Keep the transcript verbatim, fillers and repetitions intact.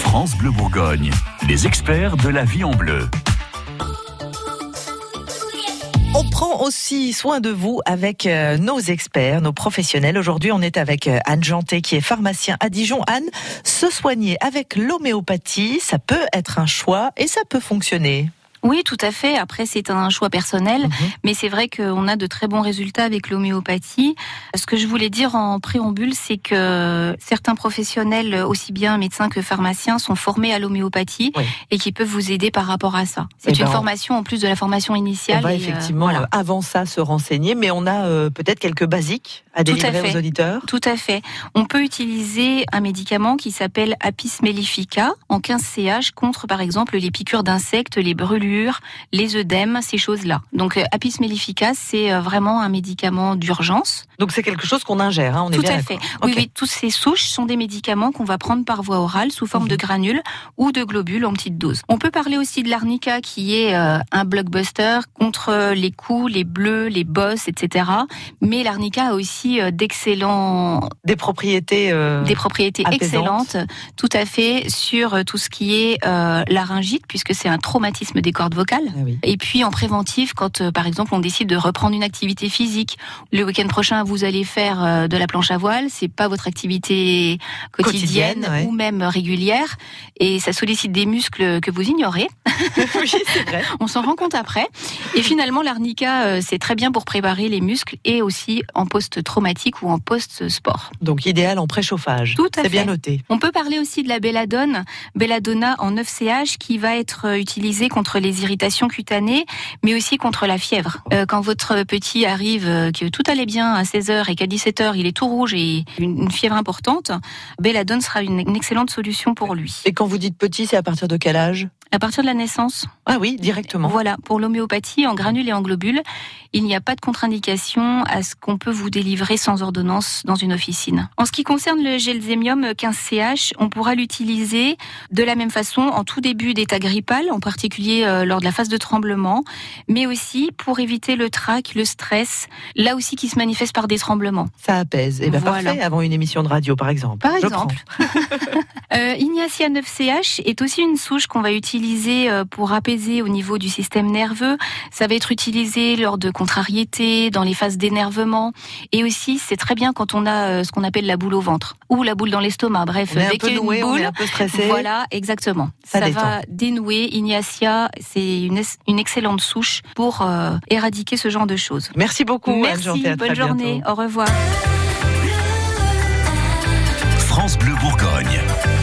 France Bleu Bourgogne, les experts de la vie en bleu. On prend aussi soin de vous avec nos experts, nos professionnels. Aujourd'hui, on est avec Anne Janté qui est pharmacien à Dijon. Anne, se soigner avec l'homéopathie, ça peut être un choix et ça peut fonctionner. Oui, tout à fait. Après, c'est un choix personnel, mmh. mais c'est vrai qu'on a de très bons résultats avec l'homéopathie. Ce que je voulais dire en préambule, c'est que certains professionnels, aussi bien médecins que pharmaciens, sont formés à l'homéopathie oui. et qui peuvent vous aider par rapport à ça. C'est et une ben, formation en plus de la formation initiale. On va et effectivement, euh, voilà. avant ça, se renseigner, mais on a euh, peut-être quelques basiques à délivrer aux auditeurs. Tout à fait. On peut utiliser un médicament qui s'appelle Apis mellifica en quinze C H contre, par exemple, les piqûres d'insectes, les brûlures, les œdèmes, ces choses-là. Donc, Apis mellifica, c'est vraiment un médicament d'urgence. Donc, c'est quelque chose qu'on ingère, hein, on est Tout bien à d'accord. fait. Oui, okay. oui, toutes ces souches sont des médicaments qu'on va prendre par voie orale sous forme mmh. de granules ou de globules en petites doses. On peut parler aussi de l'arnica qui est euh, un blockbuster contre les coups, les bleus, les bosses, et cetera. Mais l'arnica a aussi euh, d'excellents... Des propriétés euh, Des propriétés apaisantes. excellentes, tout à fait, sur tout ce qui est euh, laryngite, puisque c'est un traumatisme des cordes vocales. Ah oui. Et puis en préventif, quand euh, par exemple on décide de reprendre une activité physique, le week-end prochain vous allez faire euh, de la planche à voile, c'est pas votre activité quotidienne, quotidienne ouais. ou même régulière, et ça sollicite des muscles que vous ignorez. Oui, c'est vrai. On s'en rend compte après. Et finalement l'arnica euh, c'est très bien pour préparer les muscles et aussi en post-traumatique ou en post-sport. Donc idéal en préchauffage. Tout à c'est fait. Bien noté. On peut parler aussi de la belladone, belladonna en neuf C H qui va être utilisée contre les irritations cutanées, mais aussi contre la fièvre. Euh, quand votre petit arrive, euh, que tout allait bien à seize heures et qu'à dix-sept heures il est tout rouge et une, une fièvre importante, belladone sera une, une excellente solution pour lui. Et quand vous dites petit, c'est à partir de quel âge ? À partir de la naissance. Ah oui, directement. Voilà, pour l'homéopathie en granules et en globules, il n'y a pas de contre-indication à ce qu'on peut vous délivrer sans ordonnance dans une officine. En ce qui concerne le gelzémium quinze C H, on pourra l'utiliser de la même façon en tout début d'état grippal, en particulier euh, lors de la phase de tremblement, mais aussi pour éviter le trac, le stress, là aussi qui se manifeste par des tremblements. Ça apaise. Et bien voilà. Parfait, avant une émission de radio par exemple. Par exemple. euh, Ignacia neuf C H est aussi une souche qu'on va utiliser pour apaiser au niveau du système nerveux. Ça va être utilisé lors de contrariétés, dans les phases d'énervement. Et aussi, c'est très bien quand on a ce qu'on appelle la boule au ventre ou la boule dans l'estomac. Bref, on est dès un peu qu'il y a noué, une boule, on est un peu stressé. Voilà, exactement. Ça, Ça va dénouer. Ignacia, c'est une, une excellente souche pour euh, éradiquer ce genre de choses. Merci beaucoup. Merci, Anne Janté, bonne journée. Bientôt. Au revoir. France Bleu Bourgogne.